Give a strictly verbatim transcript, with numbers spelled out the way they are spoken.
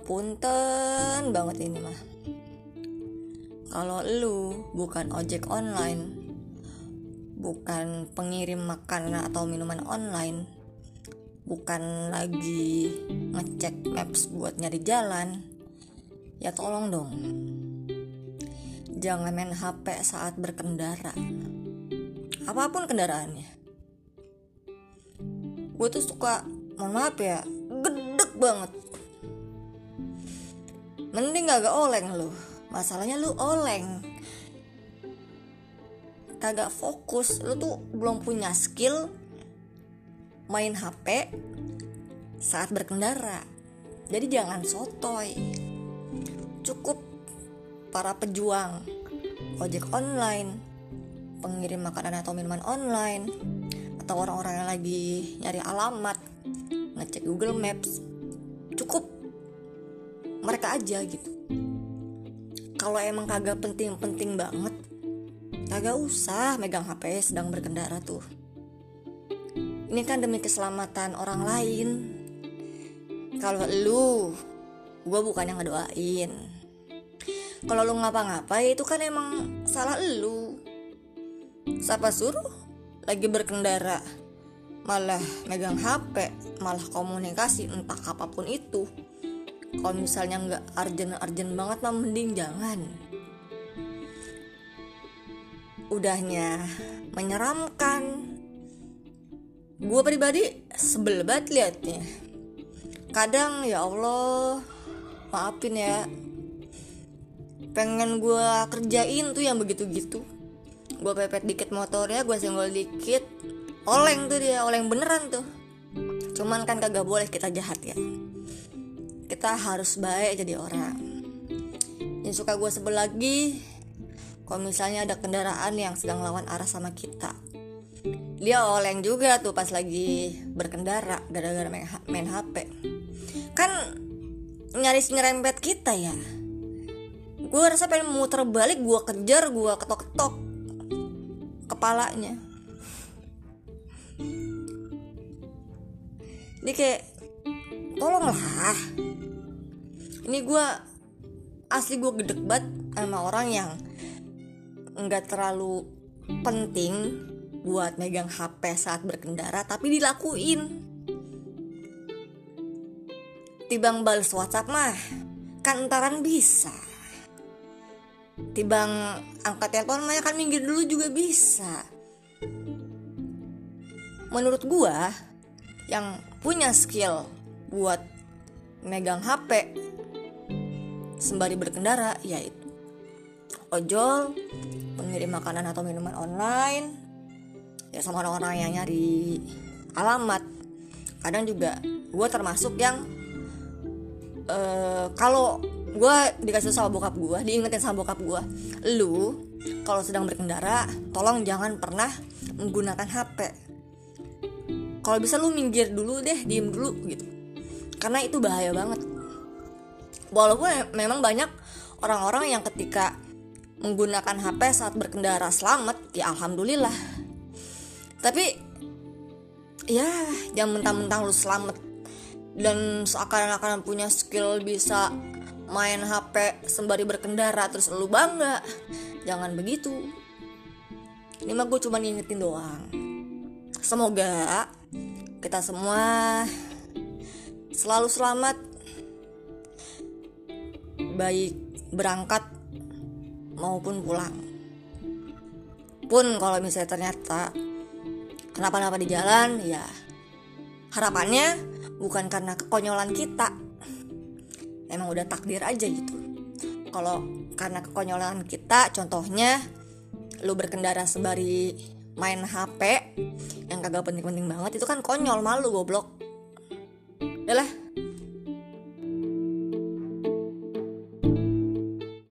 punten banget ini mah. Kalau lu bukan ojek online, bukan pengirim makanan atau minuman online, bukan lagi ngecek maps buat nyari jalan, ya tolong dong, jangan main H P saat berkendara, apapun kendaraannya. Gue tuh suka, mohon maaf ya, gedek banget. Mending gak oleng lu. Masalahnya lu oleng, kagak fokus. Lu tuh belum punya skill main H P saat berkendara. Jadi jangan sotoy. Cukup para pejuang ojek online, pengirim makanan atau minuman online, atau orang-orang yang lagi nyari alamat, ngecek Google Maps, cukup mereka aja gitu. Kalau emang kagak penting-penting banget, kagak usah megang H P sedang berkendara tuh. Ini kan demi keselamatan orang lain. Kalau lu, gue bukan yang ngedoain. Kalau lu ngapa-ngapain itu kan emang salah lu. Siapa suruh lagi berkendara malah megang H P, malah komunikasi entah apapun itu. Kalau misalnya nggak urgent-urgent banget mah mending jangan. Udahnya menyeramkan. Gue pribadi sebel banget liatnya. Kadang ya Allah, maafin ya, pengen gue kerjain tuh yang begitu-gitu. Gue pepet dikit motornya, gue senggol dikit, oleng tuh dia, oleng beneran tuh. Cuman kan kagak boleh kita jahat ya. Kita harus baik jadi orang. Yang suka gue sebel lagi, kalau misalnya ada kendaraan yang sedang lawan arah sama kita, dia oleng juga tuh pas lagi berkendara gara-gara main, main H P. Kan nyaris nyerempet kita ya. Gue rasa pengen muter balik, gue kejar, gue ketok-ketok kepalanya. Dia kayak, tolonglah. Ini gue asli gue gedek banget sama orang yang nggak terlalu penting buat megang H P saat berkendara, tapi dilakuin. Tibang balas WhatsApp mah kan entaran bisa. Tibang angkat telepon mah kan minggir dulu juga bisa. Menurut gue yang punya skill buat megang H P sembari berkendara yaitu ojol, pengirim makanan atau minuman online, ya sama orang-orang yang nyari alamat. Kadang juga gue termasuk yang uh, kalau gue dikasih sama bokap gue, diingetin sama bokap gue, lu kalau sedang berkendara tolong jangan pernah menggunakan H P. Kalau bisa lu minggir dulu deh, diem dulu gitu, karena itu bahaya banget. Walaupun memang banyak orang-orang yang ketika menggunakan H P saat berkendara selamat, ya alhamdulillah. Tapi ya jangan mentang-mentang lu selamat dan seakan-akan punya skill bisa main H P sembari berkendara terus lu bangga. Jangan begitu. Ini mah gue cuma ngingetin doang. Semoga kita semua selalu selamat, baik berangkat maupun pulang. Pun kalau misalnya ternyata kenapa-napa di jalan, ya harapannya bukan karena kekonyolan kita, emang udah takdir aja gitu. Kalau karena kekonyolan kita, contohnya lu berkendara sembari main H P yang kagak penting-penting banget, itu kan konyol, malu, goblok. Yalah,